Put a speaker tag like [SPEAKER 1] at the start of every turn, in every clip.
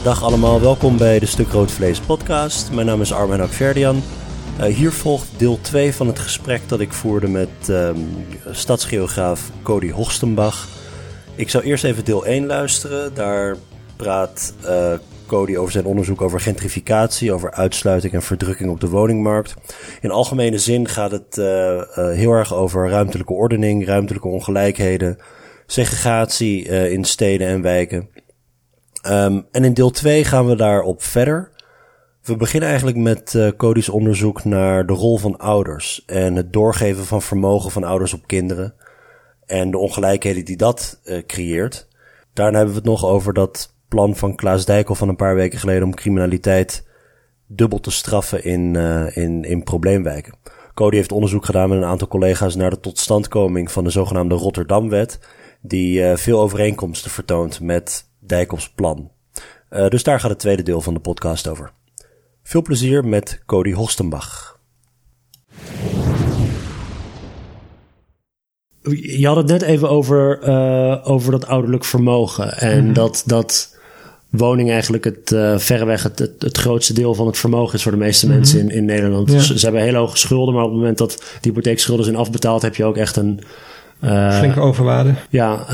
[SPEAKER 1] Dag allemaal, welkom bij de Stuk Rood Vlees podcast. Mijn naam is Armen Akverdian. Hier volgt deel 2 van het gesprek dat ik voerde met stadsgeograaf Cody Hochstenbach. Ik zou eerst even deel 1 luisteren. Daar praat Cody over zijn onderzoek over gentrificatie, over uitsluiting en verdrukking op de woningmarkt. In algemene zin gaat het heel erg over ruimtelijke ordening, ruimtelijke ongelijkheden, segregatie in steden en wijken. En in deel 2 gaan we daarop verder. We beginnen eigenlijk met Cody's onderzoek naar de rol van ouders en het doorgeven van vermogen van ouders op kinderen en de ongelijkheden die dat creëert. Daarna hebben we het nog over dat plan van Klaas Dijkhoff van een paar weken geleden om criminaliteit dubbel te straffen in probleemwijken. Cody heeft onderzoek gedaan met een aantal collega's naar de totstandkoming van de zogenaamde Rotterdamwet, die veel overeenkomsten vertoont met Dijkhoffs plan. Dus daar gaat het tweede deel van de podcast over. Veel plezier met Cody Hochstenbach. Je had het net even over dat ouderlijk vermogen. En dat woning eigenlijk verreweg het grootste deel van het vermogen is voor de meeste mensen in Nederland. Ja. Dus ze hebben hele hoge schulden, maar op het moment dat de hypotheekschulden zijn afbetaald, heb je ook echt een
[SPEAKER 2] flinke overwaarde.
[SPEAKER 1] Ja,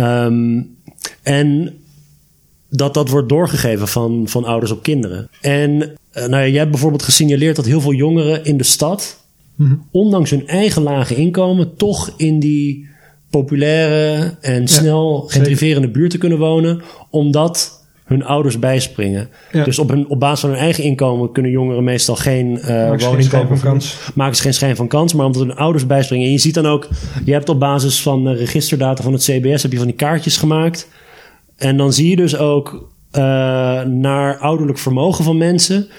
[SPEAKER 1] en dat wordt doorgegeven van ouders op kinderen. En jij hebt bijvoorbeeld gesignaleerd dat heel veel jongeren in de stad, ondanks hun eigen lage inkomen, toch in die populaire en snel gentrificerende buurten kunnen wonen, omdat hun ouders bijspringen. Ja. Dus op basis van hun eigen inkomen kunnen jongeren meestal geen woning kopen. Maken ze geen schijn van kans, maar omdat hun ouders bijspringen. En je ziet dan ook, je hebt op basis van registerdata van het CBS, heb je van die kaartjes gemaakt. En dan zie je dus ook naar ouderlijk vermogen van mensen.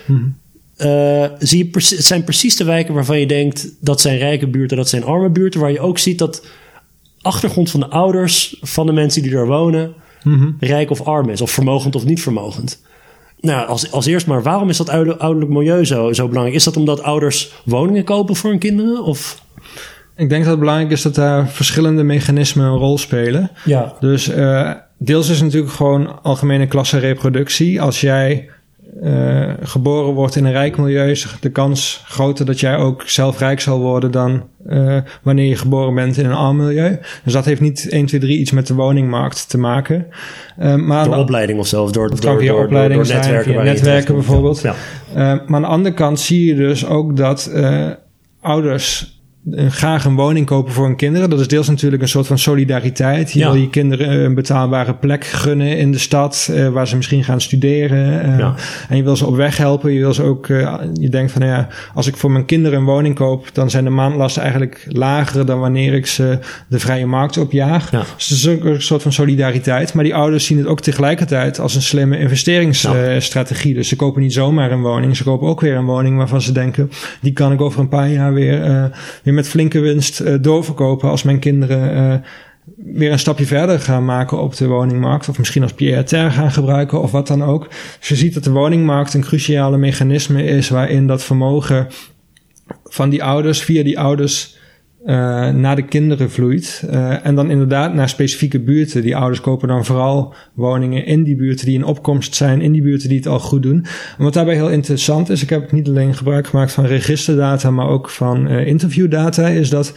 [SPEAKER 1] Zie je het zijn precies de wijken waarvan je denkt dat zijn rijke buurten, dat zijn arme buurten, waar je ook ziet dat achtergrond van de ouders van de mensen die daar wonen rijk of arm is, of vermogend of niet vermogend. Nou, als eerst maar, waarom is dat ouderlijk milieu zo belangrijk? Is dat omdat ouders woningen kopen voor hun kinderen? Of?
[SPEAKER 2] Ik denk dat het belangrijk is dat daar verschillende mechanismen een rol spelen. Ja. Dus deels is natuurlijk gewoon algemene klassenreproductie. Als jij geboren wordt in een rijk milieu, is de kans groter dat jij ook zelf rijk zal worden dan wanneer je geboren bent in een arm milieu. Dus dat heeft niet 1, 2, 3 iets met de woningmarkt te maken. Maar door
[SPEAKER 1] opleiding of zelf, door
[SPEAKER 2] netwerken bijvoorbeeld. Ja. Maar aan de andere kant zie je dus ook dat ouders graag een woning kopen voor hun kinderen. Dat is deels natuurlijk een soort van solidariteit. Je wil je kinderen een betaalbare plek gunnen in de stad, waar ze misschien gaan studeren. En je wil ze op weg helpen. Je wil ze ook, je denkt van, als ik voor mijn kinderen een woning koop, dan zijn de maandlasten eigenlijk lager dan wanneer ik ze de vrije markt opjaag. Ja. Dus het is ook een soort van solidariteit. Maar die ouders zien het ook tegelijkertijd als een slimme investeringsstrategie. Dus ze kopen niet zomaar een woning. Ze kopen ook weer een woning waarvan ze denken, die kan ik over een paar jaar weer met flinke winst doorverkopen als mijn kinderen weer een stapje verder gaan maken op de woningmarkt. Of misschien als pied-à-terre gaan gebruiken of wat dan ook. Dus je ziet dat de woningmarkt een cruciale mechanisme is waarin dat vermogen van die ouders via die ouders naar de kinderen vloeit. En dan inderdaad naar specifieke buurten. Die ouders kopen dan vooral woningen in die buurten die in opkomst zijn, in die buurten die het al goed doen. En wat daarbij heel interessant is, ik heb niet alleen gebruik gemaakt van registerdata, maar ook van interviewdata, is dat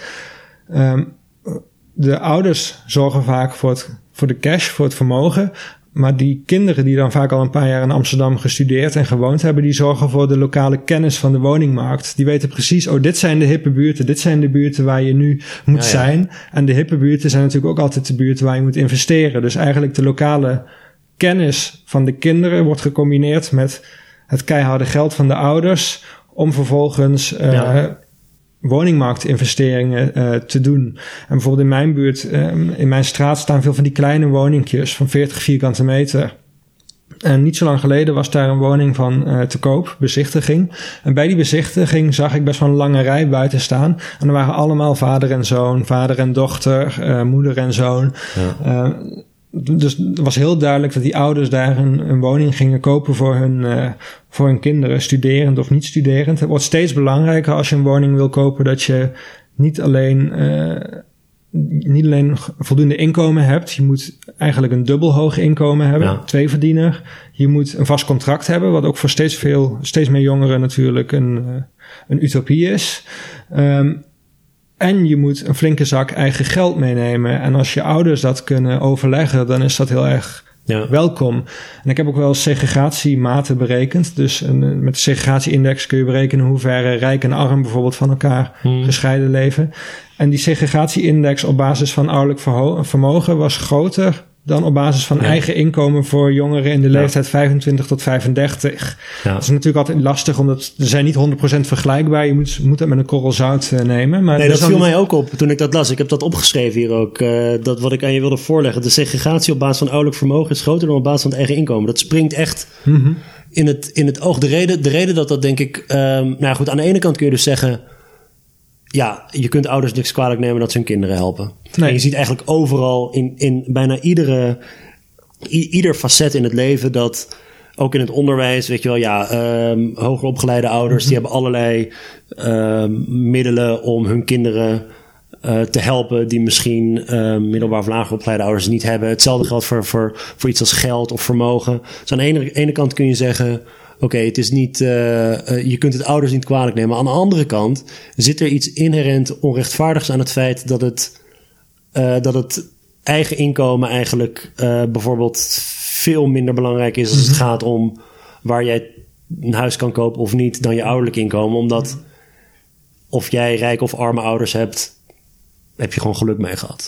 [SPEAKER 2] de ouders zorgen vaak voor de cash, voor het vermogen. Maar die kinderen die dan vaak al een paar jaar in Amsterdam gestudeerd en gewoond hebben, die zorgen voor de lokale kennis van de woningmarkt. Die weten precies, dit zijn de hippe buurten, dit zijn de buurten waar je nu moet zijn. En de hippe buurten zijn natuurlijk ook altijd de buurten waar je moet investeren. Dus eigenlijk de lokale kennis van de kinderen wordt gecombineerd met het keiharde geld van de ouders om vervolgens woningmarktinvesteringen te doen. En bijvoorbeeld in mijn buurt, in mijn straat staan veel van die kleine woningjes van 40 vierkante meter. En niet zo lang geleden was daar een woning van te koop, bezichtiging. En bij die bezichtiging zag ik best wel een lange rij buiten staan. En er waren allemaal vader en zoon, vader en dochter, moeder en zoon. Ja. Dus het was heel duidelijk dat die ouders daar een woning gingen kopen voor hun kinderen, studerend of niet studerend. Het wordt steeds belangrijker als je een woning wil kopen dat je niet alleen niet alleen voldoende inkomen hebt. Je moet eigenlijk een dubbel hoog inkomen hebben. 2-verdiener. Je moet een vast contract hebben. Wat ook voor steeds meer jongeren natuurlijk een utopie is. En je moet een flinke zak eigen geld meenemen. En als je ouders dat kunnen overleggen, dan is dat heel erg welkom. En ik heb ook wel segregatiematen berekend. Dus met de segregatie-index kun je berekenen hoe ver rijk en arm bijvoorbeeld van elkaar gescheiden leven. En die segregatie-index op basis van ouderlijk vermogen was groter dan op basis van eigen inkomen voor jongeren in de leeftijd 25 tot 35. Ja. Dat is natuurlijk altijd lastig, omdat ze zijn niet 100% vergelijkbaar. Je moet het met een korrel zout nemen. Maar
[SPEAKER 1] dat viel mij ook op toen ik dat las. Ik heb dat opgeschreven hier ook. Dat wat ik aan je wilde voorleggen. De segregatie op basis van ouderlijk vermogen is groter dan op basis van het eigen inkomen. Dat springt echt in het oog. De reden dat denk ik... nou goed, aan de ene kant kun je dus zeggen... Ja, je kunt ouders niks kwalijk nemen dat ze hun kinderen helpen. Nee. En je ziet eigenlijk overal in bijna ieder facet in het leven dat... Ook in het onderwijs, weet je wel, hoger opgeleide ouders... die hebben allerlei middelen om hun kinderen te helpen... die misschien middelbaar of lager opgeleide ouders niet hebben. Hetzelfde geldt voor iets als geld of vermogen. Dus aan de ene kant kun je zeggen... Oké, het is niet, je kunt het ouders niet kwalijk nemen. Aan de andere kant zit er iets inherent onrechtvaardigs aan het feit dat het eigen inkomen eigenlijk bijvoorbeeld veel minder belangrijk is als het gaat om waar jij een huis kan kopen of niet dan je ouderlijk inkomen. Omdat of jij rijke of arme ouders hebt, heb je gewoon geluk mee gehad.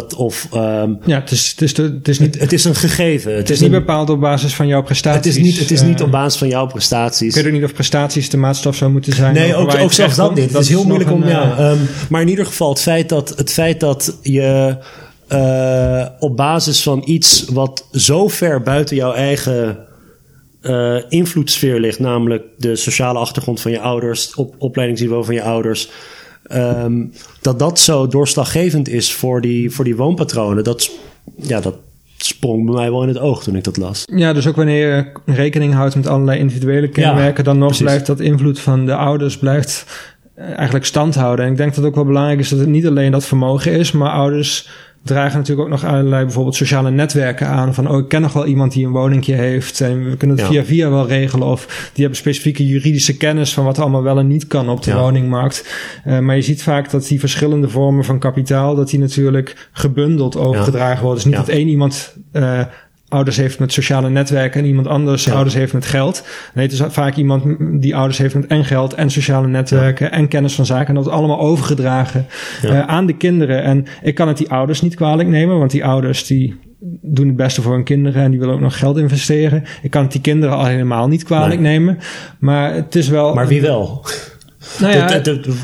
[SPEAKER 1] Het is een gegeven.
[SPEAKER 2] Het is niet bepaald op basis van jouw prestaties.
[SPEAKER 1] Het is niet op basis van jouw prestaties.
[SPEAKER 2] Ik weet ook niet of prestaties de maatstaf zou moeten zijn.
[SPEAKER 1] Nee, ook zelfs dat niet. Het is heel moeilijk om... maar in ieder geval, het feit dat je op basis van iets wat zo ver buiten jouw eigen invloedssfeer ligt, namelijk de sociale achtergrond van je ouders, opleidingsniveau van je ouders, dat zo doorslaggevend is voor die woonpatronen, dat sprong bij mij wel in het oog toen ik dat las.
[SPEAKER 2] Ja, dus ook wanneer je rekening houdt met allerlei individuele kenmerken, dan nog blijft dat invloed van de ouders eigenlijk stand houden. En ik denk dat het ook wel belangrijk is dat het niet alleen dat vermogen is, maar ouders dragen natuurlijk ook nog allerlei bijvoorbeeld sociale netwerken aan. Van, ik ken nog wel iemand die een woningje heeft. En we kunnen het via wel regelen. Of die hebben specifieke juridische kennis van wat er allemaal wel en niet kan op de woningmarkt. Maar je ziet vaak dat die verschillende vormen van kapitaal, dat die natuurlijk gebundeld overgedragen worden. Dus niet dat één iemand ouders heeft met sociale netwerken en iemand anders ouders heeft met geld. Nee, het is vaak iemand die ouders heeft met en geld en sociale netwerken en kennis van zaken. En dat wordt allemaal overgedragen aan de kinderen. En ik kan het die ouders niet kwalijk nemen, want die ouders die doen het beste voor hun kinderen en die willen ook nog geld investeren. Ik kan het die kinderen al helemaal niet kwalijk nemen. Maar het is wel...
[SPEAKER 1] Maar wie wel?
[SPEAKER 2] Nou ja,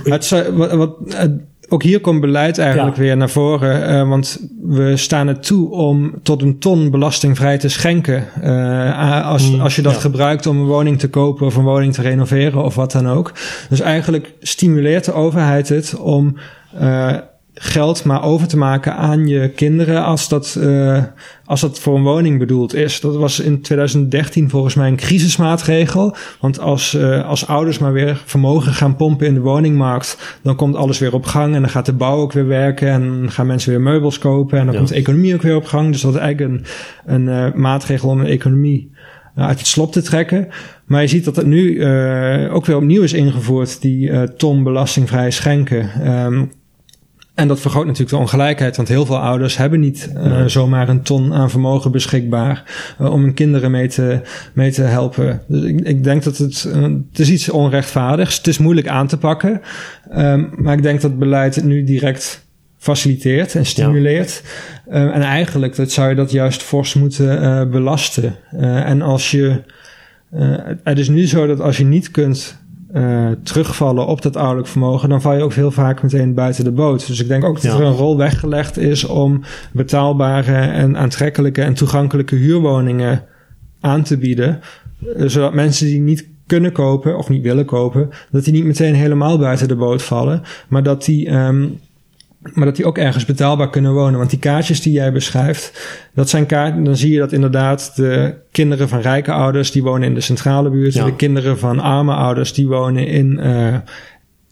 [SPEAKER 2] ook hier komt beleid eigenlijk weer naar voren. Want we staan er toe om tot een ton belastingvrij te schenken. Als je dat gebruikt om een woning te kopen of een woning te renoveren of wat dan ook. Dus eigenlijk stimuleert de overheid het om geld maar over te maken aan je kinderen als dat voor een woning bedoeld is. Dat was in 2013 volgens mij een crisismaatregel. Want als ouders maar weer vermogen gaan pompen in de woningmarkt, dan komt alles weer op gang en dan gaat de bouw ook weer werken en dan gaan mensen weer meubels kopen en dan komt de economie ook weer op gang. Dus dat is eigenlijk een maatregel om de economie uit het slop te trekken. Maar je ziet dat het nu ook weer opnieuw is ingevoerd, die ton belastingvrij schenken. En dat vergroot natuurlijk de ongelijkheid, want heel veel ouders hebben niet zomaar een ton aan vermogen beschikbaar om hun kinderen mee te helpen. Dus ik denk dat het is iets onrechtvaardigs. Het is moeilijk aan te pakken, maar ik denk dat beleid het nu direct faciliteert en stimuleert. En eigenlijk zou je dat juist fors moeten belasten. En het is nu zo dat als je niet kunt terugvallen op dat ouderlijk vermogen, dan val je ook heel vaak meteen buiten de boot. Dus ik denk ook dat er een rol weggelegd is om betaalbare en aantrekkelijke en toegankelijke huurwoningen aan te bieden, zodat mensen die niet kunnen kopen of niet willen kopen, dat die niet meteen helemaal buiten de boot vallen, maar dat die ook ergens betaalbaar kunnen wonen. Want die kaartjes die jij beschrijft, dat zijn kaarten, dan zie je dat inderdaad de kinderen van rijke ouders, die wonen in de centrale buurt. Ja. De kinderen van arme ouders, die wonen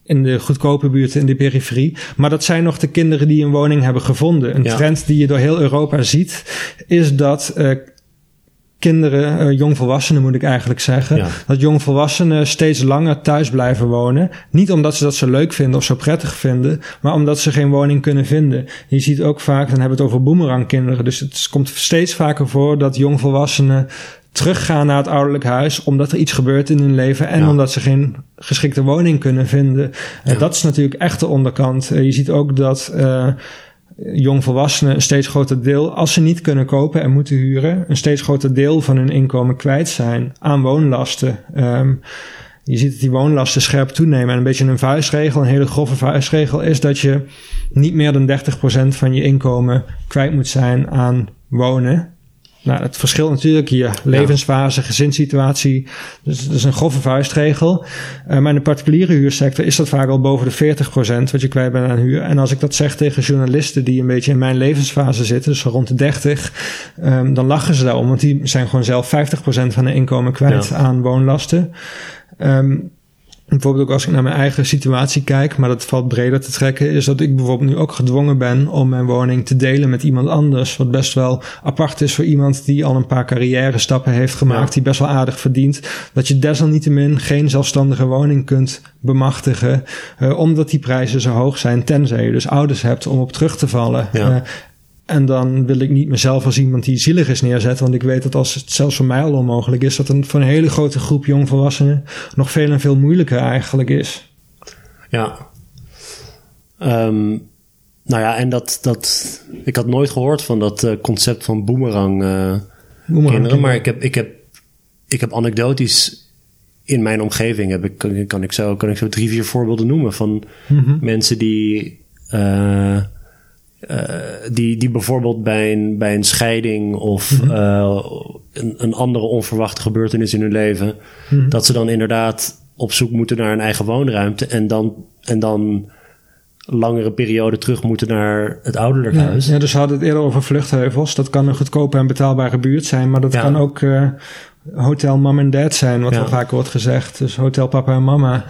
[SPEAKER 2] in de goedkope buurten, in de periferie. Maar dat zijn nog de kinderen die een woning hebben gevonden. Een trend die je door heel Europa ziet, is dat kinderen, jongvolwassenen moet ik eigenlijk zeggen, dat jongvolwassenen steeds langer thuis blijven wonen. Niet omdat ze dat zo leuk vinden of zo prettig vinden, maar omdat ze geen woning kunnen vinden. Je ziet ook vaak, dan hebben we het over boemerangkinderen, dus het komt steeds vaker voor dat jongvolwassenen teruggaan naar het ouderlijk huis omdat er iets gebeurt in hun leven en omdat ze geen geschikte woning kunnen vinden. Dat is natuurlijk echt de onderkant. Je ziet ook dat jongvolwassenen een steeds groter deel, als ze niet kunnen kopen en moeten huren, een steeds groter deel van hun inkomen kwijt zijn aan woonlasten. Je ziet dat die woonlasten scherp toenemen. En een beetje een vuistregel, een hele grove vuistregel, is dat je niet meer dan 30% van je inkomen kwijt moet zijn aan wonen. Nou, het verschilt natuurlijk hier. Levensfase, gezinssituatie. Dus dat is een grove vuistregel. Maar in de particuliere huursector is dat vaak al boven de 40% wat je kwijt bent aan huur. En als ik dat zeg tegen journalisten die een beetje in mijn levensfase zitten, dus rond de 30, dan lachen ze daarom. Want die zijn gewoon zelf 50% van hun inkomen kwijt aan woonlasten. Bijvoorbeeld ook als ik naar mijn eigen situatie kijk, maar dat valt breder te trekken, is dat ik bijvoorbeeld nu ook gedwongen ben om mijn woning te delen met iemand anders. Wat best wel apart is voor iemand die al een paar carrière stappen heeft gemaakt, die best wel aardig verdient. Dat je desalniettemin geen zelfstandige woning kunt bemachtigen, omdat die prijzen zo hoog zijn, tenzij je dus ouders hebt om op terug te vallen. En dan wil ik niet mezelf als iemand die zielig is neerzetten. Want ik weet dat als het zelfs voor mij al onmogelijk is, dat het voor een hele grote groep jongvolwassenen nog veel en veel moeilijker eigenlijk is.
[SPEAKER 1] Ja. Nou ja, en dat ik had nooit gehoord van dat concept van boemerang kinderen. Maar ik heb anekdotisch in mijn omgeving kan ik zo 3-4 voorbeelden noemen van mensen die bijvoorbeeld bij een scheiding of een andere onverwachte gebeurtenis in hun leven, dat ze dan inderdaad op zoek moeten naar een eigen woonruimte en dan langere periode terug moeten naar het ouderlijk huis.
[SPEAKER 2] Ja, dus we hadden het eerder over vluchtheuvels. Dat kan een goedkope en betaalbare buurt zijn, maar dat kan ook hotel mom en dad zijn, wat wel vaak wordt gezegd. Dus hotel papa en mama.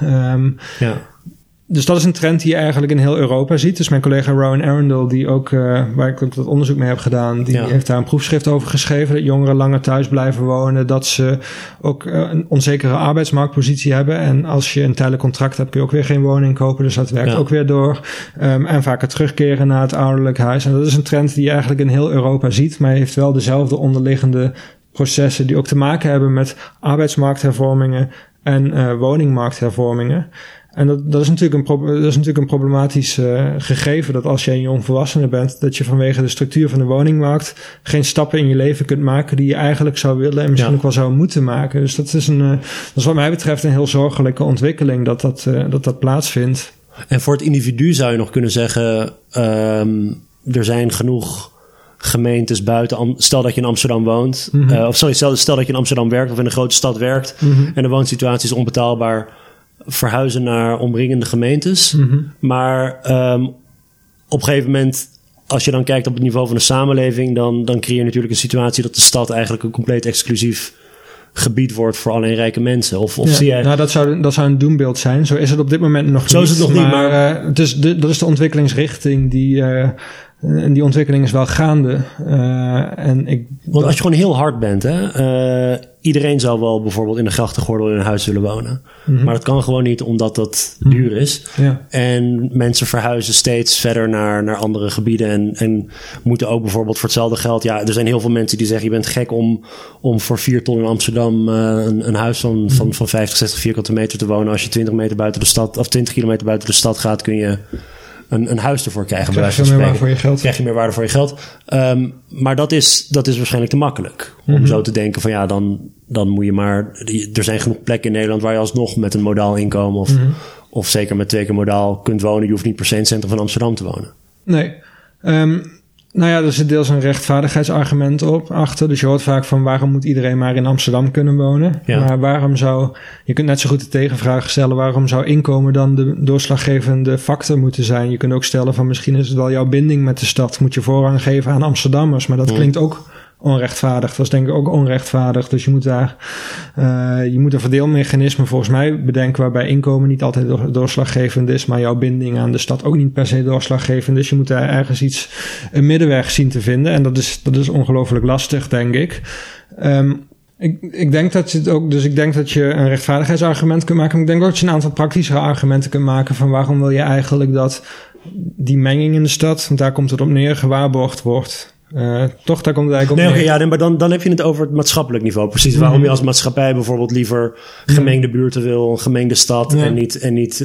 [SPEAKER 2] Dus dat is een trend die je eigenlijk in heel Europa ziet. Dus mijn collega Rowan Arundel, die ook, waar ik ook dat onderzoek mee heb gedaan, die heeft daar een proefschrift over geschreven, dat jongeren langer thuis blijven wonen, dat ze ook een onzekere arbeidsmarktpositie hebben. En als je een tijdelijk contract hebt, kun je ook weer geen woning kopen. Dus dat werkt ook weer door. En vaker terugkeren naar het ouderlijk huis. En dat is een trend die je eigenlijk in heel Europa ziet, maar heeft wel dezelfde onderliggende processen die ook te maken hebben met arbeidsmarkthervormingen en woningmarkthervormingen. En dat is natuurlijk een problematisch gegeven, dat als jij een jongvolwassene bent, dat je vanwege de structuur van de woningmarkt geen stappen in je leven kunt maken die je eigenlijk zou willen en misschien ook wel zou moeten maken. Dus dat is wat mij betreft een heel zorgelijke ontwikkeling dat plaatsvindt.
[SPEAKER 1] En voor het individu zou je nog kunnen zeggen, er zijn genoeg gemeentes buiten. Stel dat je in Amsterdam woont, stel dat je in Amsterdam werkt of in een grote stad werkt en de woonsituatie is onbetaalbaar, verhuizen naar omringende gemeentes. Maar op een gegeven moment, als je dan kijkt op het niveau van de samenleving, dan creëer je natuurlijk een situatie dat de stad eigenlijk een compleet exclusief gebied wordt voor alleen rijke mensen. Of zie jij...
[SPEAKER 2] Nou, dat zou een doembeeld zijn. Zo is het op dit moment nog niet.
[SPEAKER 1] Zo is het nog niet, maar
[SPEAKER 2] dat is de ontwikkelingsrichting en die ontwikkeling is wel gaande.
[SPEAKER 1] Want als je gewoon heel hard bent, iedereen zou wel bijvoorbeeld in de grachtengordel in een huis willen wonen. Maar dat kan gewoon niet, omdat dat duur is. En mensen verhuizen steeds verder naar andere gebieden en moeten ook bijvoorbeeld voor hetzelfde geld. Ja, er zijn heel veel mensen die zeggen, je bent gek om voor 4 ton in Amsterdam een huis van 50, 60 vierkante meter te wonen. Als je 20 meter buiten de stad of 20 kilometer buiten de stad gaat, kun je een huis ervoor krijgen.
[SPEAKER 2] Krijg je meer waarde voor je geld.
[SPEAKER 1] Krijg je meer waarde voor je geld. Maar dat is waarschijnlijk te makkelijk. Om zo te denken van dan moet je maar... Er zijn genoeg plekken in Nederland waar je alsnog met een modaal inkomen of zeker met 2 keer modaal kunt wonen. Je hoeft niet per se in het centrum van Amsterdam te wonen.
[SPEAKER 2] Nee. Nou ja, er zit deels een rechtvaardigheidsargument achter. Dus je hoort vaak van waarom moet iedereen maar in Amsterdam kunnen wonen? Maar waarom je kunt net zo goed de tegenvraag stellen, waarom zou inkomen dan de doorslaggevende factor moeten zijn? Je kunt ook stellen van misschien is het wel jouw binding met de stad. Moet je voorrang geven aan Amsterdammers? Maar dat klinkt ook onrechtvaardig. Dat is denk ik ook onrechtvaardig. Dus je moet een verdeelmechanisme volgens mij bedenken waarbij inkomen niet altijd doorslaggevend is, maar jouw binding aan de stad ook niet per se doorslaggevend is. Je moet daar ergens een middenweg zien te vinden. En dat is ongelooflijk lastig, denk ik. Ik denk dat je het ook, dus ik denk dat je een rechtvaardigheidsargument kunt maken. Maar ik denk ook dat je een aantal praktische argumenten kunt maken van waarom wil je eigenlijk dat die menging in de stad, want daar komt het op neer, gewaarborgd wordt. Toch, daar komt het eigenlijk op neer.
[SPEAKER 1] Maar dan heb je het over het maatschappelijk niveau. Precies, waarom je als maatschappij bijvoorbeeld liever gemengde buurten wil, een gemengde stad en niet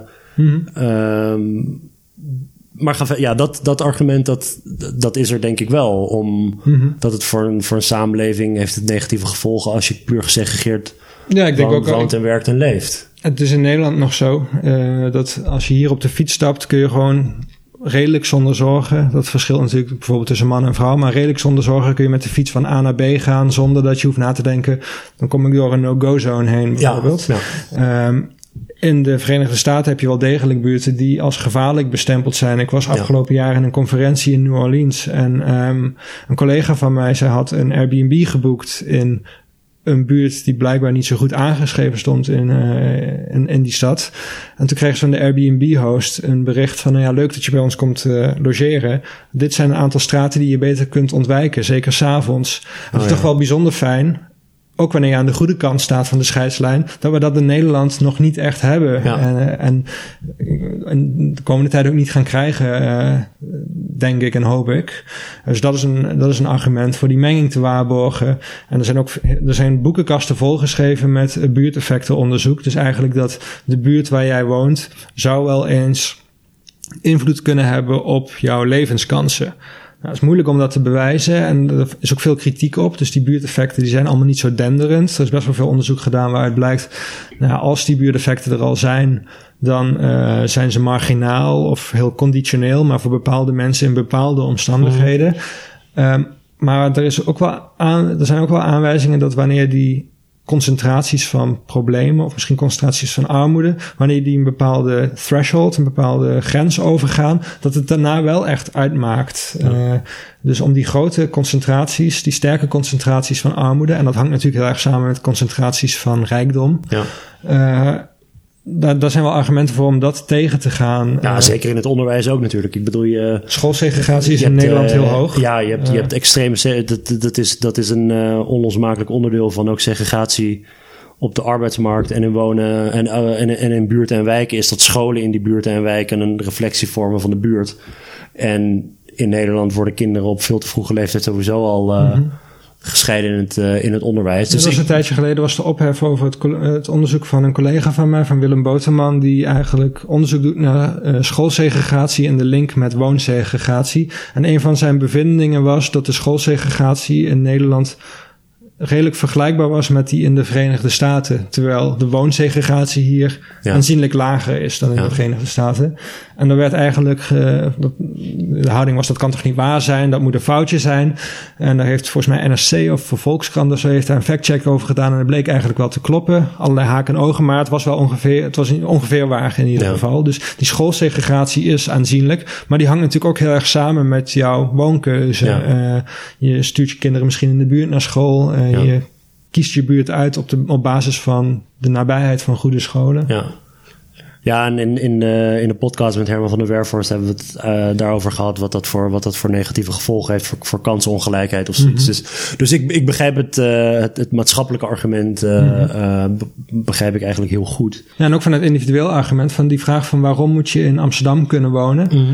[SPEAKER 1] maar dat argument, dat is er denk ik wel. Dat het voor een samenleving heeft het negatieve gevolgen als je puur gesegregeerd woont en werkt en leeft.
[SPEAKER 2] Het is in Nederland nog zo dat als je hier op de fiets stapt, kun je gewoon redelijk zonder zorgen. Dat verschilt natuurlijk bijvoorbeeld tussen man en vrouw. Maar redelijk zonder zorgen kun je met de fiets van A naar B gaan zonder dat je hoeft na te denken, dan kom ik door een no-go zone heen bijvoorbeeld. Ja. In de Verenigde Staten heb je wel degelijk buurten die als gevaarlijk bestempeld zijn. Ik was afgelopen jaar in een conferentie in New Orleans en een collega van mij, zij had een Airbnb geboekt in een buurt die blijkbaar niet zo goed aangeschreven stond in die stad. En toen kreeg ze van de Airbnb-host een bericht van, leuk dat je bij ons komt logeren. Dit zijn een aantal straten die je beter kunt ontwijken, zeker 's avonds. Dat is toch wel bijzonder fijn, ook wanneer je aan de goede kant staat van de scheidslijn, dat we dat in Nederland nog niet echt hebben. Ja. En de komende tijd ook niet gaan krijgen, denk ik en hoop ik. Dus dat is een argument voor die menging te waarborgen. En er zijn boekenkasten volgeschreven met buurteffectenonderzoek. Dus eigenlijk dat de buurt waar jij woont zou wel eens invloed kunnen hebben op jouw levenskansen. Nou, het is moeilijk om dat te bewijzen en er is ook veel kritiek op. Dus die buurteffecten die zijn allemaal niet zo denderend. Er is best wel veel onderzoek gedaan waaruit blijkt, als die buurteffecten er al zijn, dan zijn ze marginaal of heel conditioneel, maar voor bepaalde mensen in bepaalde omstandigheden. Maar er zijn ook wel aanwijzingen dat wanneer die concentraties van problemen of misschien concentraties van armoede, wanneer die een bepaalde threshold, een bepaalde grens overgaan, dat het daarna wel echt uitmaakt. Ja. Dus om die grote concentraties, die sterke concentraties van armoede, en dat hangt natuurlijk heel erg samen met concentraties van rijkdom. Ja. Daar zijn wel argumenten voor om dat tegen te gaan.
[SPEAKER 1] Ja, zeker in het onderwijs ook natuurlijk. Ik bedoel,
[SPEAKER 2] schoolsegregatie is in Nederland heel hoog.
[SPEAKER 1] Ja, je hebt extreme. Dat is een onlosmakelijk onderdeel van ook segregatie op de arbeidsmarkt en in wonen en in buurten en wijken. Is dat scholen in die buurten en wijken een reflectie vormen van de buurt. En in Nederland worden kinderen op veel te vroege leeftijd sowieso al gescheiden in het onderwijs.
[SPEAKER 2] Dus een tijdje geleden was de ophef over het onderzoek van een collega van mij, van Willem Boterman, die eigenlijk onderzoek doet naar schoolsegregatie en de link met woonsegregatie. En een van zijn bevindingen was dat de schoolsegregatie in Nederland redelijk vergelijkbaar was met die in de Verenigde Staten. Terwijl de woonsegregatie hier aanzienlijk lager is dan in de Verenigde Staten. En er werd eigenlijk, de houding was, dat kan toch niet waar zijn, dat moet een foutje zijn. En daar heeft volgens mij NRC of Volkskrant of zo heeft daar een factcheck over gedaan. En dat bleek eigenlijk wel te kloppen. Allerlei haken en ogen, maar het was ongeveer waar in ieder geval. Dus die schoolsegregatie is aanzienlijk. Maar die hangt natuurlijk ook heel erg samen met jouw woonkeuze. Ja. Je stuurt je kinderen misschien in de buurt naar school. Je kiest je buurt uit op basis van de nabijheid van goede scholen.
[SPEAKER 1] Ja, en in de podcast met Herman van der Werfhorst hebben we het daarover gehad wat dat voor negatieve gevolgen heeft voor kansenongelijkheid of zoiets. Dus ik begrijp het maatschappelijke argument begrijp ik eigenlijk heel goed.
[SPEAKER 2] Ja, en ook van het individueel argument van die vraag van waarom moet je in Amsterdam kunnen wonen?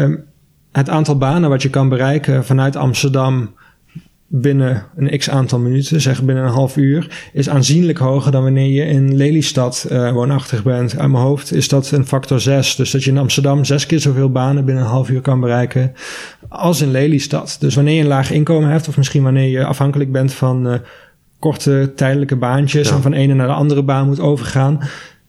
[SPEAKER 2] Het aantal banen wat je kan bereiken vanuit Amsterdam binnen een x-aantal minuten, zeg binnen een half uur, is aanzienlijk hoger dan wanneer je in Lelystad woonachtig bent. Uit mijn hoofd is dat een factor 6. Dus dat je in Amsterdam 6 keer zoveel banen binnen een half uur kan bereiken als in Lelystad. Dus wanneer je een laag inkomen hebt, of misschien wanneer je afhankelijk bent van korte tijdelijke baantjes en van de ene naar de andere baan moet overgaan,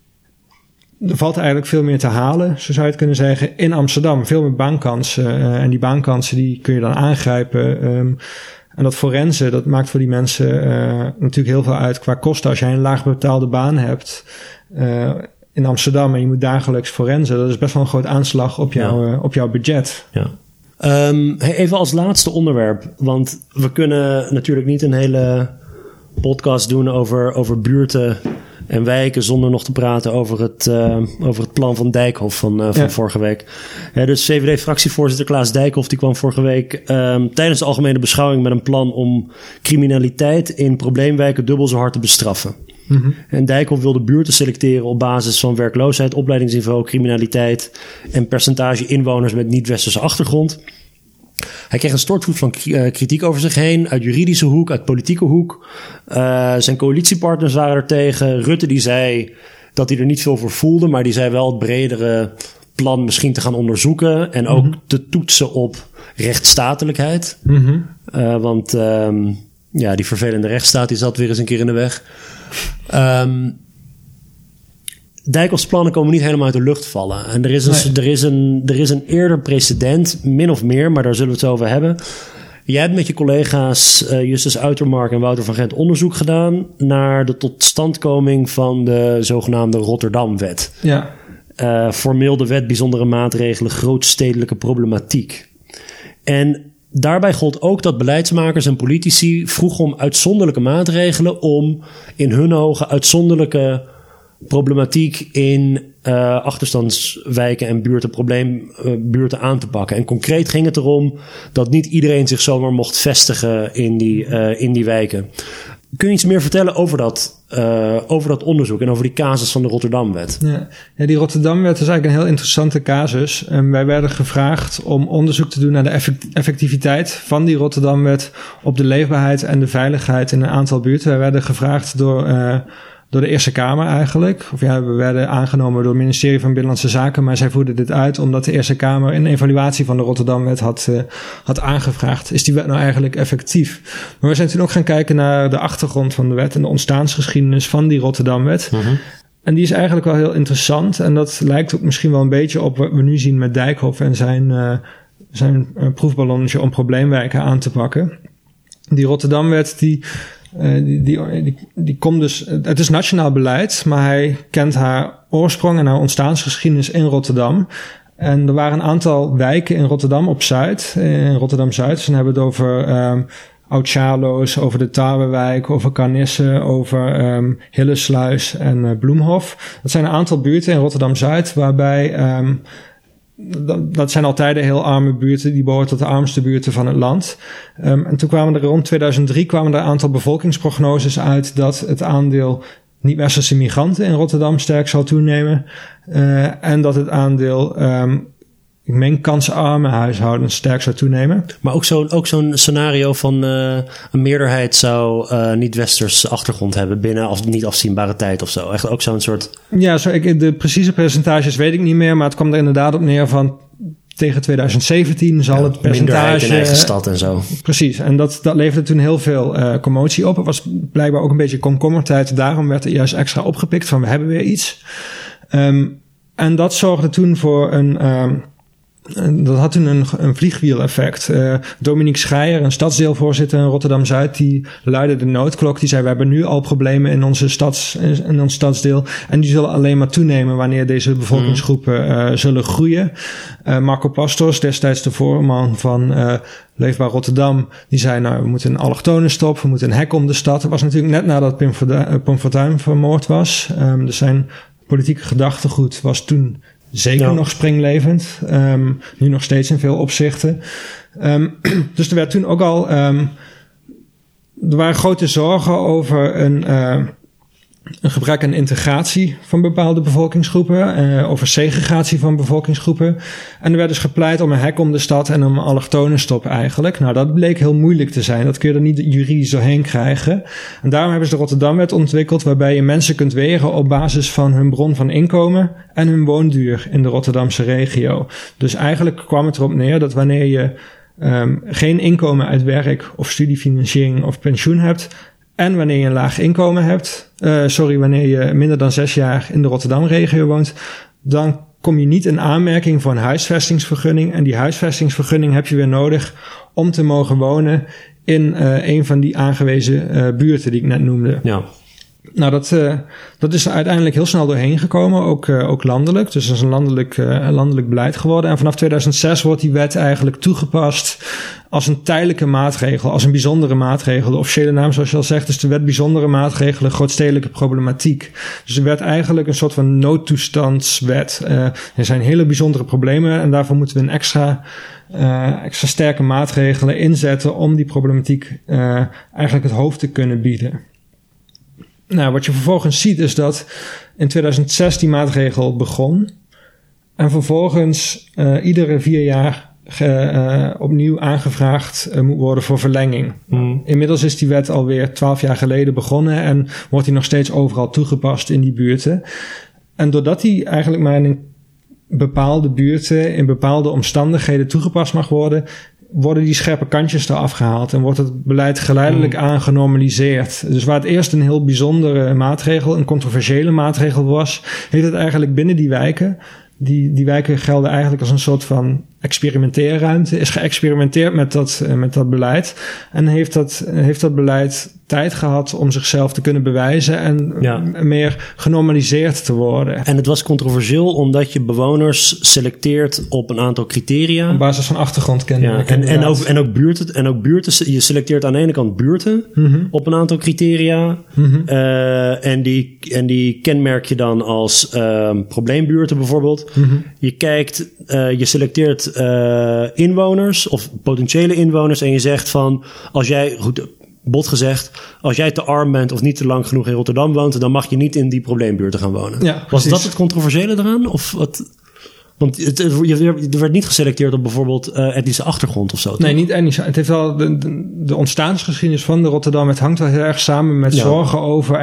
[SPEAKER 2] er valt eigenlijk veel meer te halen, zo zou je het kunnen zeggen, in Amsterdam. Veel meer baankansen. En die baankansen die kun je dan aangrijpen. En dat forensen, dat maakt voor die mensen natuurlijk heel veel uit qua kosten. Als jij een laag betaalde baan hebt in Amsterdam en je moet dagelijks forensen, dat is best wel een groot aanslag op jouw budget.
[SPEAKER 1] Ja. Even als laatste onderwerp, want we kunnen natuurlijk niet een hele podcast doen over buurten en wijken zonder nog te praten over het plan van Dijkhoff van vorige week. Dus VVD-fractievoorzitter Klaas Dijkhoff die kwam vorige week tijdens de algemene beschouwing met een plan om criminaliteit in probleemwijken dubbel zo hard te bestraffen. Mm-hmm. En Dijkhoff wilde buurten selecteren op basis van werkloosheid, opleidingsniveau, criminaliteit en percentage inwoners met niet-westerse achtergrond. Hij kreeg een stortvloed van kritiek over zich heen, uit juridische hoek, uit politieke hoek. Zijn coalitiepartners waren er tegen. Rutte die zei dat hij er niet veel voor voelde, maar die zei wel het bredere plan misschien te gaan onderzoeken en ook te toetsen op rechtsstatelijkheid. Mm-hmm. Want die vervelende rechtsstaat die zat weer eens een keer in de weg. Dijkhoffs plannen komen niet helemaal uit de lucht vallen. En er is een eerder precedent, min of meer, maar daar zullen we het over hebben. Jij hebt met je collega's Justus Uitermark en Wouter van Gent onderzoek gedaan naar de totstandkoming van de zogenaamde Rotterdam-wet.
[SPEAKER 2] Ja.
[SPEAKER 1] Formeel de wet bijzondere maatregelen grootstedelijke problematiek. En daarbij gold ook dat beleidsmakers en politici vroegen om uitzonderlijke maatregelen om in hun ogen uitzonderlijke problematiek in achterstandswijken en buurten aan te pakken. En concreet ging het erom dat niet iedereen zich zomaar mocht vestigen in die wijken. Kun je iets meer vertellen over dat onderzoek en over die casus van de Rotterdamwet?
[SPEAKER 2] Ja, die Rotterdamwet is eigenlijk een heel interessante casus. En wij werden gevraagd om onderzoek te doen naar de effectiviteit van die Rotterdamwet op de leefbaarheid en de veiligheid in een aantal buurten. Wij werden gevraagd door de Eerste Kamer eigenlijk. We werden aangenomen door het ministerie van Binnenlandse Zaken, maar zij voerden dit uit omdat de Eerste Kamer een evaluatie van de Rotterdamwet had aangevraagd. Is die wet nou eigenlijk effectief? Maar we zijn toen ook gaan kijken naar de achtergrond van de wet en de ontstaansgeschiedenis van die Rotterdamwet. Mm-hmm. En die is eigenlijk wel heel interessant en dat lijkt ook misschien wel een beetje op wat we nu zien met Dijkhoff en zijn proefballonnetje om probleemwijken aan te pakken. Die Rotterdamwet die komt dus, het is nationaal beleid, maar hij kent haar oorsprong en haar ontstaansgeschiedenis in Rotterdam. En er waren een aantal wijken in Rotterdam in Rotterdam-Zuid. Dus dan hebben we het over Oud-Charloes, over de Tarwewijk, over Carnisse, over Hillesluis en Bloemhof. Dat zijn een aantal buurten in Rotterdam-Zuid waarbij dat zijn altijd heel arme buurten, die behoren tot de armste buurten van het land. En toen kwamen er rond 2003 een aantal bevolkingsprognoses uit dat het aandeel niet-westerse migranten in Rotterdam sterk zal toenemen. En dat het aandeel kansarme huishoudens sterk zou toenemen.
[SPEAKER 1] Maar ook zo'n scenario van een meerderheid zou niet-westers achtergrond hebben binnen niet afzienbare tijd of zo. Echt ook zo'n soort.
[SPEAKER 2] Ja, de precieze percentages weet ik niet meer, maar het kwam er inderdaad op neer van tegen 2017 zal het percentage
[SPEAKER 1] in eigen stad en zo.
[SPEAKER 2] Precies, en dat leverde toen heel veel commotie op. Het was blijkbaar ook een beetje komkommertijd, daarom werd er juist extra opgepikt van we hebben weer iets. En dat zorgde toen voor dat had toen een vliegwiel-effect. Dominique Schreier, een stadsdeelvoorzitter in Rotterdam-Zuid, die luidde de noodklok. Die zei, we hebben nu al problemen in ons stadsdeel. En die zullen alleen maar toenemen wanneer deze bevolkingsgroepen zullen groeien. Marco Pastors, destijds de voorman van Leefbaar Rotterdam, die zei, we moeten een allochtonenstop, we moeten een hek om de stad. Dat was natuurlijk net nadat Pim Fortuyn vermoord was. Dus zijn politieke gedachtegoed was toen zeker nog springlevend. Nu nog steeds in veel opzichten. Dus er werd toen ook al er waren grote zorgen over een gebrek aan integratie van bepaalde bevolkingsgroepen, over segregatie van bevolkingsgroepen. En er werd dus gepleit om een hek om de stad en om een allochtonenstop eigenlijk. Nou, dat bleek heel moeilijk te zijn. Dat kun je er niet juridisch doorheen krijgen. En daarom hebben ze de Rotterdamwet ontwikkeld, waarbij je mensen kunt wegen op basis van hun bron van inkomen en hun woonduur in de Rotterdamse regio. Dus eigenlijk kwam het erop neer dat wanneer je geen inkomen uit werk of studiefinanciering of pensioen hebt, en wanneer je een laag inkomen hebt, wanneer je minder dan 6 jaar in de Rotterdam-regio woont, dan kom je niet in aanmerking voor een huisvestingsvergunning. En die huisvestingsvergunning heb je weer nodig om te mogen wonen in een van die aangewezen buurten die ik net noemde.
[SPEAKER 1] Ja.
[SPEAKER 2] Nou, dat is er uiteindelijk heel snel doorheen gekomen, ook landelijk. Dus dat is een landelijk beleid geworden. En vanaf 2006 wordt die wet eigenlijk toegepast als een tijdelijke maatregel, als een bijzondere maatregel. De officiële naam, zoals je al zegt, is de wet bijzondere maatregelen grootstedelijke problematiek. Dus er werd eigenlijk een soort van noodtoestandswet. Er zijn hele bijzondere problemen en daarvoor moeten we een extra sterke maatregelen inzetten om die problematiek eigenlijk het hoofd te kunnen bieden. Nou, wat je vervolgens ziet is dat in 2006 die maatregel begon en vervolgens iedere 4 jaar opnieuw aangevraagd moet worden voor verlenging. Inmiddels is die wet alweer 12 jaar geleden begonnen en wordt die nog steeds overal toegepast in die buurten. En doordat die eigenlijk maar in bepaalde buurten, in bepaalde omstandigheden toegepast mag worden, worden die scherpe kantjes eraf gehaald en wordt het beleid geleidelijk aangenormaliseerd. Dus waar het eerst een heel bijzondere maatregel, een controversiële maatregel was, heeft het eigenlijk binnen die wijken, die wijken gelden eigenlijk als een soort van experimenteerruimte, is geëxperimenteerd met dat beleid en heeft dat beleid tijd gehad om zichzelf te kunnen bewijzen en meer genormaliseerd te worden.
[SPEAKER 1] En het was controversieel omdat je bewoners selecteert op een aantal criteria.
[SPEAKER 2] Op basis van achtergrondkenmerken.
[SPEAKER 1] Ja, en ook buurten. Je selecteert aan de ene kant buurten op een aantal criteria. En die kenmerk je dan als probleembuurten bijvoorbeeld. Je kijkt, je selecteert inwoners of potentiële inwoners en je zegt van, als jij, goed, bot gezegd, als jij te arm bent of niet te lang genoeg in Rotterdam woont, dan mag je niet in die probleembuurten gaan wonen. Ja, was dat het controversiële eraan? Of wat? Want er werd niet geselecteerd op bijvoorbeeld etnische achtergrond of zo.
[SPEAKER 2] Nee, niet etnische. Het heeft wel de ontstaansgeschiedenis van de Rotterdam. Het hangt wel heel erg samen met zorgen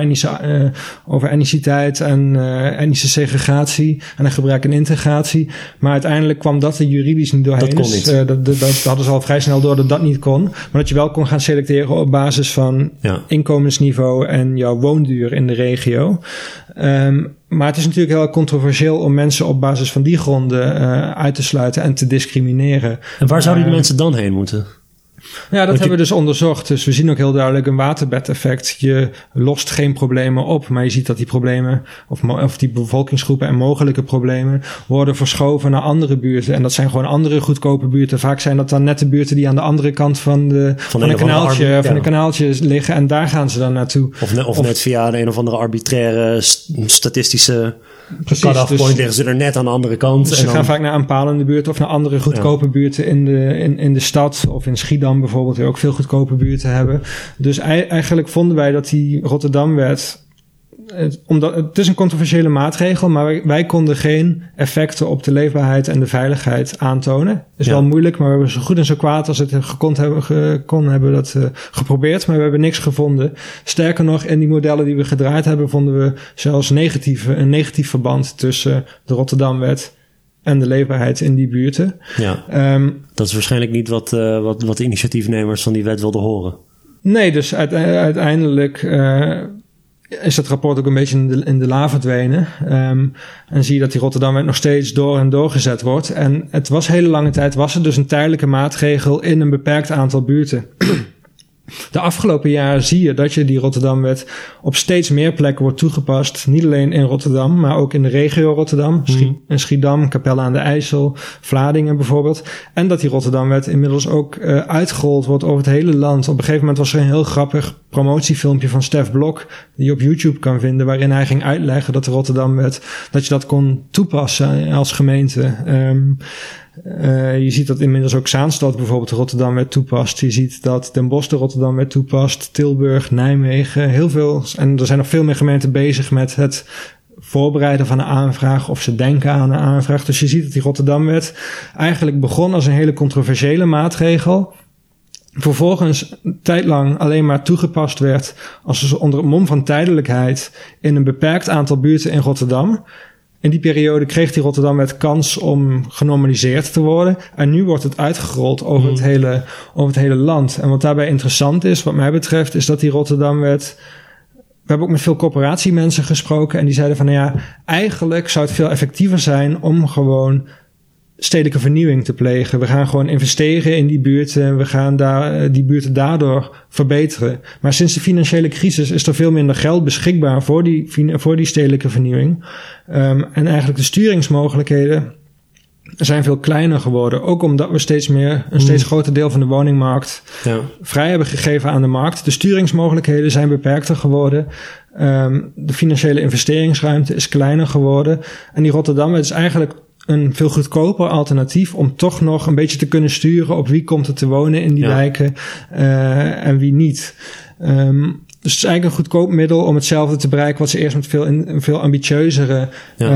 [SPEAKER 2] over etniciteit en etnische segregatie en een gebrek aan integratie. Maar uiteindelijk kwam dat er juridisch niet doorheen.
[SPEAKER 1] Dat kon niet.
[SPEAKER 2] Dat hadden ze al vrij snel door dat niet kon. Maar dat je wel kon gaan selecteren op basis van inkomensniveau en jouw woonduur in de regio. Maar het is natuurlijk heel controversieel om mensen op basis van die gronden uit te sluiten en te discrimineren.
[SPEAKER 1] En waar zouden die mensen dan heen moeten?
[SPEAKER 2] Ja, dat hebben we dus onderzocht. Dus we zien ook heel duidelijk een waterbedeffect. Je lost geen problemen op, maar je ziet dat die problemen of die bevolkingsgroepen en mogelijke problemen worden verschoven naar andere buurten. En dat zijn gewoon andere goedkope buurten. Vaak zijn dat dan net de buurten die aan de andere kant van een kanaaltje liggen en daar gaan ze dan naartoe.
[SPEAKER 1] Of net via een of andere arbitraire statistische cut-off point liggen ze er net aan de andere kant.
[SPEAKER 2] Dus ze gaan vaak naar aanpalende buurten of naar andere goedkope buurten in de stad of in Schiedam bijvoorbeeld, die ook veel goedkope buurten hebben. Dus eigenlijk vonden wij dat die Rotterdamwet, omdat het is een controversiële maatregel, maar wij konden geen effecten op de leefbaarheid en de veiligheid aantonen. Is wel moeilijk, maar we hebben zo goed en zo kwaad als het kon hebben dat geprobeerd, maar we hebben niks gevonden. Sterker nog, in die modellen die we gedraaid hebben, vonden we zelfs een negatief verband tussen de Rotterdamwet en de leefbaarheid in die buurten.
[SPEAKER 1] Ja, dat is waarschijnlijk niet wat de initiatiefnemers van die wet wilden horen.
[SPEAKER 2] Nee, dus uiteindelijk is dat rapport ook een beetje in de la verdwenen. En zie je dat die Rotterdamwet nog steeds door en doorgezet wordt. En het was hele lange tijd, was het dus een tijdelijke maatregel in een beperkt aantal buurten. De afgelopen jaren zie je dat je die Rotterdamwet op steeds meer plekken wordt toegepast. Niet alleen in Rotterdam, maar ook in de regio Rotterdam. In Schiedam, Capelle aan de IJssel, Vlaardingen bijvoorbeeld. En dat die Rotterdamwet inmiddels ook uitgerold wordt over het hele land. Op een gegeven moment was er een heel grappig promotiefilmpje van Stef Blok, die je op YouTube kan vinden, waarin hij ging uitleggen dat de Rotterdamwet, dat je dat kon toepassen als gemeente. Je ziet dat inmiddels ook Zaanstad bijvoorbeeld de Rotterdamwet toepast. Je ziet dat Den Bosch de Rotterdamwet toepast, Tilburg, Nijmegen, heel veel. En er zijn nog veel meer gemeenten bezig met het voorbereiden van een aanvraag of ze denken aan een aanvraag. Dus je ziet dat die Rotterdamwet eigenlijk begon als een hele controversiële maatregel. Vervolgens een tijd lang alleen maar toegepast werd als onder het mom van tijdelijkheid in een beperkt aantal buurten in Rotterdam. In die periode kreeg die Rotterdamwet kans om genormaliseerd te worden. En nu wordt het uitgerold over het hele land. En wat daarbij interessant is, wat mij betreft, is dat die Rotterdamwet. We hebben ook met veel corporatiemensen gesproken en die zeiden van, nou ja, eigenlijk zou het veel effectiever zijn om gewoon stedelijke vernieuwing te plegen. We gaan gewoon investeren in die buurten en we gaan die buurten daardoor verbeteren. Maar sinds de financiële crisis is er veel minder geld beschikbaar voor die stedelijke vernieuwing. En eigenlijk de sturingsmogelijkheden zijn veel kleiner geworden. Ook omdat we een steeds groter deel van de woningmarkt vrij hebben gegeven aan de markt. De sturingsmogelijkheden zijn beperkter geworden. De financiële investeringsruimte is kleiner geworden. En die Rotterdamwet is eigenlijk een veel goedkoper alternatief om toch nog een beetje te kunnen sturen op wie komt er te wonen in die wijken en wie niet. Dus het is eigenlijk een goedkoop middel om hetzelfde te bereiken wat ze eerst met een veel ambitieuzere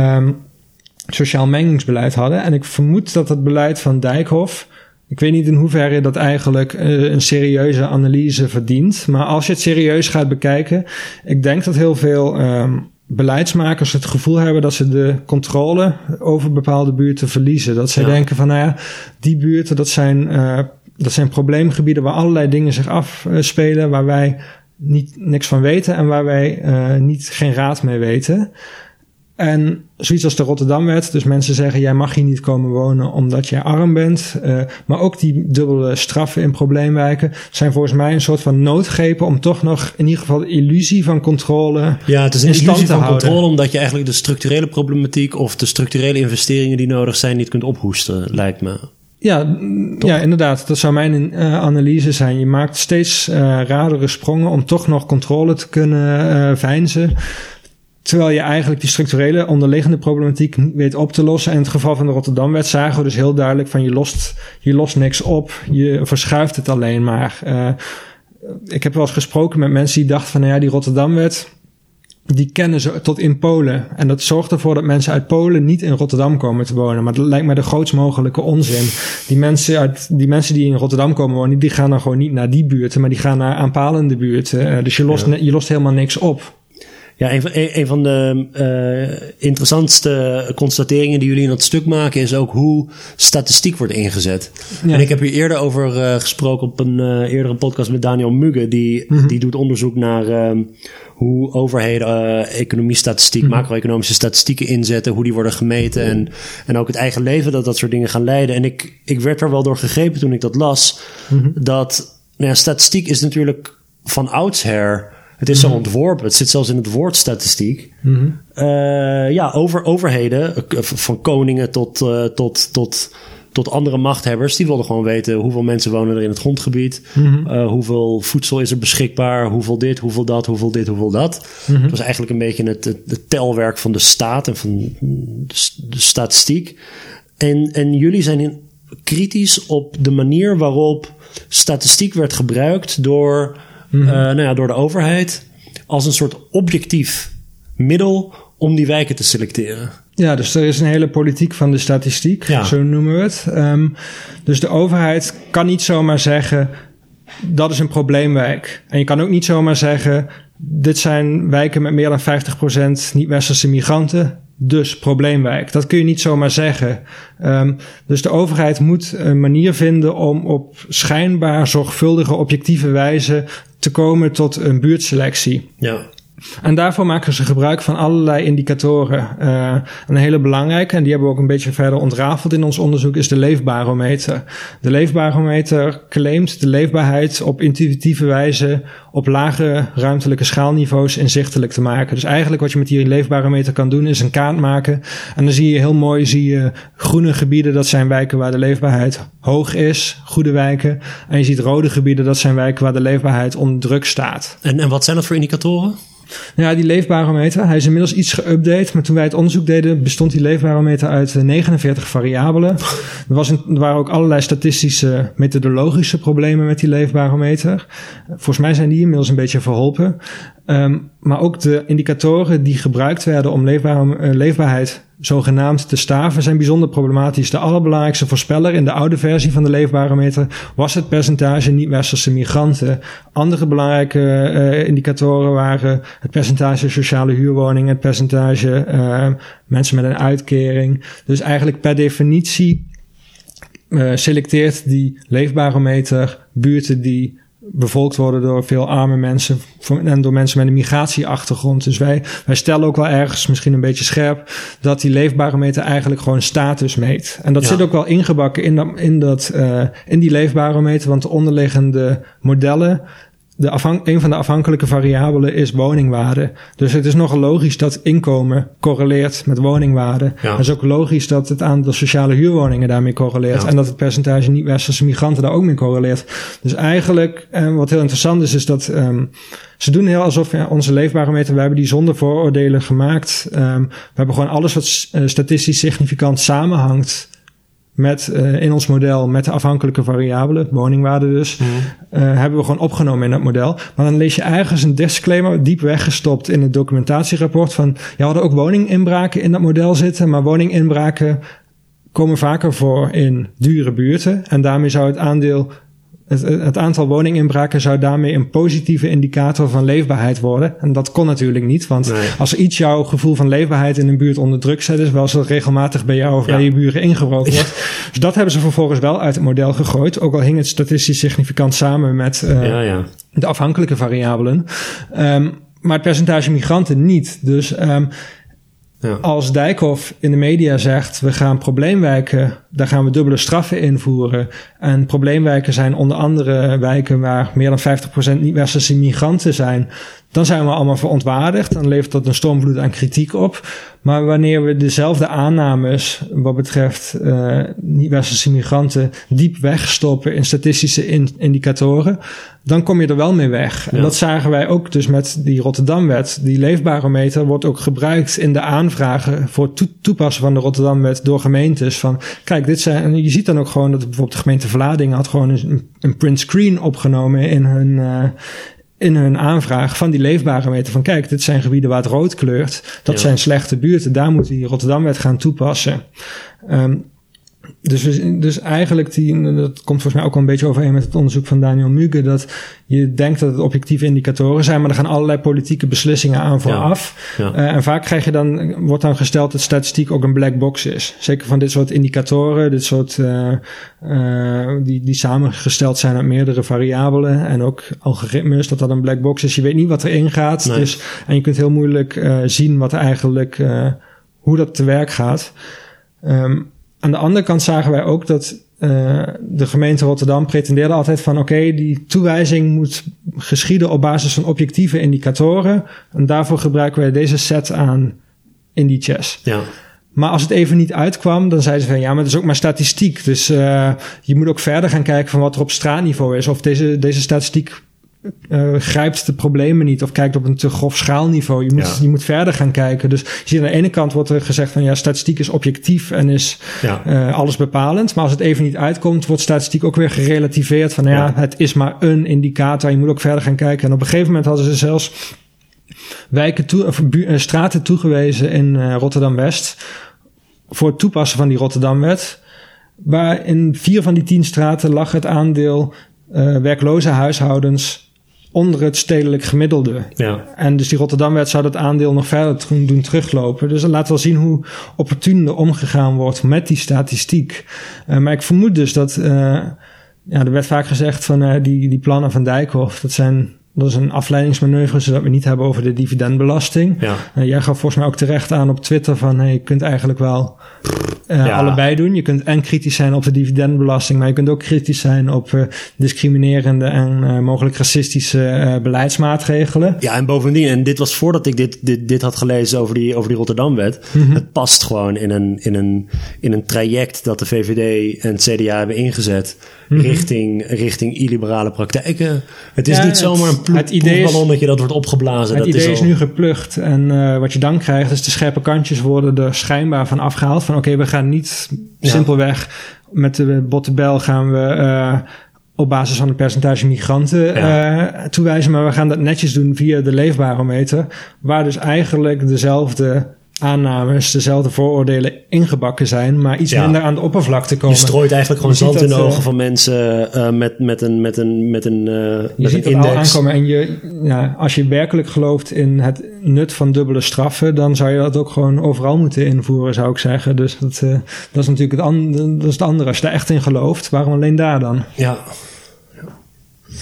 [SPEAKER 2] sociaal mengingsbeleid hadden. En ik vermoed dat het beleid van Dijkhoff, ik weet niet in hoeverre dat eigenlijk een serieuze analyse verdient. Maar als je het serieus gaat bekijken, ik denk dat heel veel beleidsmakers het gevoel hebben dat ze de controle over bepaalde buurten verliezen. Dat zij denken van, die buurten, dat zijn probleemgebieden waar allerlei dingen zich afspelen, waar wij niks van weten en waar wij geen raad mee weten. En zoiets als de Rotterdamwet, dus mensen zeggen, jij mag hier niet komen wonen omdat jij arm bent. Maar ook die dubbele straffen in probleemwijken zijn volgens mij een soort van noodgrepen om toch nog in ieder geval de illusie van controle. Ja, het is een illusie van controle
[SPEAKER 1] omdat je eigenlijk de structurele problematiek of de structurele investeringen die nodig zijn niet kunt ophoesten, lijkt me.
[SPEAKER 2] Ja, inderdaad. Dat zou mijn analyse zijn. Je maakt steeds radere sprongen om toch nog controle te kunnen veinzen. Terwijl je eigenlijk die structurele onderliggende problematiek niet weet op te lossen. En in het geval van de Rotterdamwet zagen we dus heel duidelijk van je lost niks op. Je verschuift het alleen maar. Ik heb wel eens gesproken met mensen die dachten van die Rotterdamwet, die kennen ze tot in Polen. En dat zorgt ervoor dat mensen uit Polen niet in Rotterdam komen te wonen. Maar dat lijkt mij de grootst mogelijke onzin. Die mensen die in Rotterdam komen wonen, die gaan dan gewoon niet naar die buurten, maar die gaan naar aanpalende buurten. Dus je lost helemaal niks op.
[SPEAKER 1] Ja, een van de interessantste constateringen die jullie in dat stuk maken is ook hoe statistiek wordt ingezet. Ja. En ik heb hier eerder over gesproken op een eerdere podcast met Daniel Mugge. Die doet onderzoek naar hoe overheden economiestatistiek, macro-economische statistieken inzetten, hoe die worden gemeten en ook het eigen leven dat soort dingen gaan leiden. En ik werd er wel door gegrepen toen ik dat las, dat statistiek is natuurlijk van oudsher. Het is zo ontworpen. Het zit zelfs in het woord statistiek. Overheden, van koningen tot andere machthebbers, die wilden gewoon weten hoeveel mensen wonen er in het grondgebied. Hoeveel voedsel is er beschikbaar. Hoeveel dit, hoeveel dat, hoeveel dit, hoeveel dat. Het was eigenlijk een beetje het telwerk van de staat en van de statistiek. En jullie zijn kritisch op de manier waarop statistiek werd gebruikt door de overheid als een soort objectief middel om die wijken te selecteren.
[SPEAKER 2] Ja, dus er is een hele politiek van de statistiek, zo noemen we het. Dus de overheid kan niet zomaar zeggen, dat is een probleemwijk. En je kan ook niet zomaar zeggen, dit zijn wijken met meer dan 50% niet-westerse migranten, dus probleemwijk. Dat kun je niet zomaar zeggen. Dus de overheid moet een manier vinden om op schijnbaar zorgvuldige, objectieve wijze te komen tot een buurtselectie. Ja. En daarvoor maken ze gebruik van allerlei indicatoren. Een hele belangrijke, en die hebben we ook een beetje verder ontrafeld in ons onderzoek, is de leefbarometer. De leefbarometer claimt de leefbaarheid op intuïtieve wijze op lage ruimtelijke schaalniveaus inzichtelijk te maken. Dus eigenlijk wat je met die leefbarometer kan doen, is een kaart maken. En dan zie je heel mooi groene gebieden, dat zijn wijken waar de leefbaarheid hoog is, goede wijken. En je ziet rode gebieden, dat zijn wijken waar de leefbaarheid onder druk staat.
[SPEAKER 1] En wat zijn dat voor indicatoren?
[SPEAKER 2] Ja, die leefbarometer, hij is inmiddels iets geüpdate, maar toen wij het onderzoek deden, bestond die leefbarometer uit 49 variabelen. Er waren ook allerlei statistische, methodologische problemen met die leefbarometer. Volgens mij zijn die inmiddels een beetje verholpen. Maar ook de indicatoren die gebruikt werden om leefbaarheid zogenaamd te staven zijn bijzonder problematisch. De allerbelangrijkste voorspeller in de oude versie van de leefbarometer was het percentage niet-westerse migranten. Andere belangrijke indicatoren waren het percentage sociale huurwoningen, het percentage mensen met een uitkering. Dus eigenlijk per definitie selecteert die leefbarometer buurten die bevolkt worden door veel arme mensen en door mensen met een migratieachtergrond. Dus wij stellen ook wel ergens, misschien een beetje scherp, dat die leefbarometer eigenlijk gewoon status meet. En dat zit ook wel ingebakken in die leefbarometer, want de onderliggende modellen, een van de afhankelijke variabelen is woningwaarde. Dus het is nogal logisch dat inkomen correleert met woningwaarde. Ja. Het is ook logisch dat het aantal sociale huurwoningen daarmee correleert. Ja. En dat het percentage niet-westerse migranten daar ook mee correleert. Dus eigenlijk, wat heel interessant is dat ze doen heel alsof onze leefbarometer, we hebben die zonder vooroordelen gemaakt. We hebben gewoon alles wat statistisch significant samenhangt met in ons model met de afhankelijke variabelen, woningwaarde dus, hebben we gewoon opgenomen in dat model. Maar dan lees je ergens een disclaimer diep weggestopt in het documentatierapport van, we hadden ook woninginbraken in dat model zitten, maar woninginbraken komen vaker voor in dure buurten en daarmee zou het aantal woninginbraken zou daarmee een positieve indicator van leefbaarheid worden. En dat kon natuurlijk niet, want als er iets jouw gevoel van leefbaarheid in een buurt onder druk zet, is wel als dat regelmatig bij jou of bij je buren ingebroken wordt. Dus dat hebben ze vervolgens wel uit het model gegooid, ook al hing het statistisch significant samen met de afhankelijke variabelen. Maar het percentage migranten niet. Dus als Dijkhoff in de media zegt, we gaan probleemwijken, daar gaan we dubbele straffen invoeren. En probleemwijken zijn onder andere wijken waar meer dan 50% niet-westerse migranten zijn. Dan zijn we allemaal verontwaardigd. Dan levert dat een stormvloed aan kritiek op. Maar wanneer we dezelfde aannames wat betreft niet-westerse migranten diep wegstoppen in statistische indicatoren, dan kom je er wel mee weg. Ja. En dat zagen wij ook dus met die Rotterdamwet. Die leefbarometer wordt ook gebruikt in de aanvragen voor toepassen van de Rotterdamwet door gemeentes. Van kijk, dit zijn, je ziet dan ook gewoon dat bijvoorbeeld de gemeente Vlaardingen had gewoon een print screen opgenomen in hun aanvraag van die leefbarometer. Van kijk, dit zijn gebieden waar het rood kleurt. Dat zijn slechte buurten. Daar moet die Rotterdamwet gaan toepassen. Dus eigenlijk, dat komt volgens mij ook al een beetje overeen met het onderzoek van Daniel Muge, dat je denkt dat het objectieve indicatoren zijn, maar er gaan allerlei politieke beslissingen aan vooraf. Ja. En vaak wordt dan gesteld dat statistiek ook een black box is. Zeker van dit soort indicatoren, dit soort die samengesteld zijn uit meerdere variabelen en ook algoritmes, dat een black box is. Je weet niet wat erin gaat. Nee. En je kunt heel moeilijk zien wat eigenlijk hoe dat te werk gaat. Aan de andere kant zagen wij ook dat de gemeente Rotterdam pretendeerde altijd van die toewijzing moet geschieden op basis van objectieve indicatoren. En daarvoor gebruiken wij deze set aan indicators. Ja. Maar als het even niet uitkwam, dan zeiden ze van maar het is ook maar statistiek. Dus je moet ook verder gaan kijken van wat er op straatniveau is. Of deze statistiek grijpt de problemen niet of kijkt op een te grof schaalniveau. Je moet verder gaan kijken. Dus je ziet aan de ene kant wordt er gezegd van statistiek is objectief en is alles bepalend. Maar als het even niet uitkomt, wordt statistiek ook weer gerelativeerd van het is maar een indicator. Je moet ook verder gaan kijken. En op een gegeven moment hadden ze zelfs straten toegewezen in Rotterdam-West voor het toepassen van die Rotterdamwet. Waar in 4 van die 10 straten lag het aandeel werkloze huishoudens onder het stedelijk gemiddelde. Ja. En dus die Rotterdamwet zou dat aandeel nog verder doen teruglopen. Dus dat laat wel zien hoe opportun er omgegaan wordt met die statistiek. Maar ik vermoed dus dat er werd vaak gezegd van die plannen van Dijkhoff, dat is een afleidingsmanoeuvre, zodat we niet hebben over de dividendbelasting. Ja. Jij gaf volgens mij ook terecht aan op Twitter van je kunt eigenlijk wel allebei doen. Je kunt en kritisch zijn op de dividendbelasting, maar je kunt ook kritisch zijn op discriminerende en mogelijk racistische beleidsmaatregelen. Ja,
[SPEAKER 1] en bovendien, en dit was voordat ik dit had gelezen over die Rotterdamwet. Het past gewoon in een traject dat de VVD en het CDA hebben ingezet richting illiberale praktijken. Het is niet zomaar een proefballonnetje dat wordt opgeblazen.
[SPEAKER 2] Het idee is nu geplucht en wat je dan krijgt is de scherpe kantjes worden er schijnbaar van afgehaald. Van we gaan niet simpelweg met de botte bel gaan we op basis van het percentage migranten toewijzen, maar we gaan dat netjes doen via de leefbarometer, waar dus eigenlijk dezelfde aannames, dezelfde vooroordelen ingebakken zijn, maar iets minder aan de oppervlakte komen.
[SPEAKER 1] Je strooit eigenlijk gewoon zand in de ogen van mensen met een
[SPEAKER 2] je ziet het al aankomen en als je werkelijk gelooft in het nut van dubbele straffen, dan zou je dat ook gewoon overal moeten invoeren, zou ik zeggen. Dus dat is natuurlijk het andere. Als je daar echt in gelooft, waarom alleen daar dan?
[SPEAKER 1] Ja,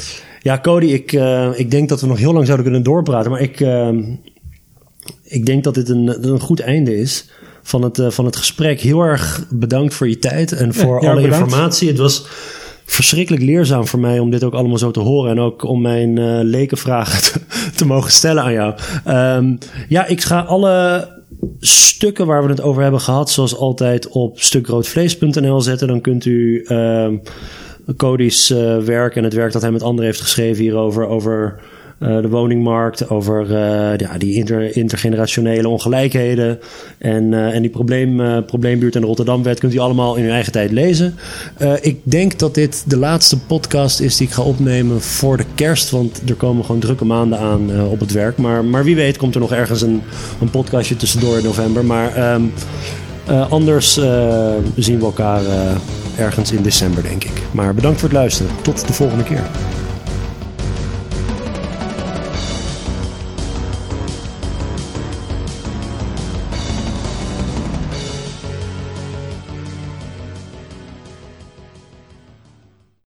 [SPEAKER 1] Ja, Cody, ik denk dat we nog heel lang zouden kunnen doorpraten. Maar ik denk dat dit een goed einde is van het gesprek. Heel erg bedankt voor je tijd en voor alle informatie. Het was verschrikkelijk leerzaam voor mij om dit ook allemaal zo te horen. En ook om mijn lekenvragen te mogen stellen aan jou. Ik ga alle stukken waar we het over hebben gehad, zoals altijd, op stukroodvlees.nl zetten. Dan kunt u Cody's werk en het werk dat hij met anderen heeft geschreven hierover, over de woningmarkt, over die intergenerationele ongelijkheden en die probleembuurt en de Rotterdamwet kunt u allemaal in uw eigen tijd lezen. Ik denk dat dit de laatste podcast is die ik ga opnemen voor de kerst, want er komen gewoon drukke maanden aan op het werk. Maar wie weet komt er nog ergens een podcastje tussendoor in november. Maar anders zien we elkaar ergens in december, denk ik. Maar bedankt voor het luisteren. Tot de volgende keer.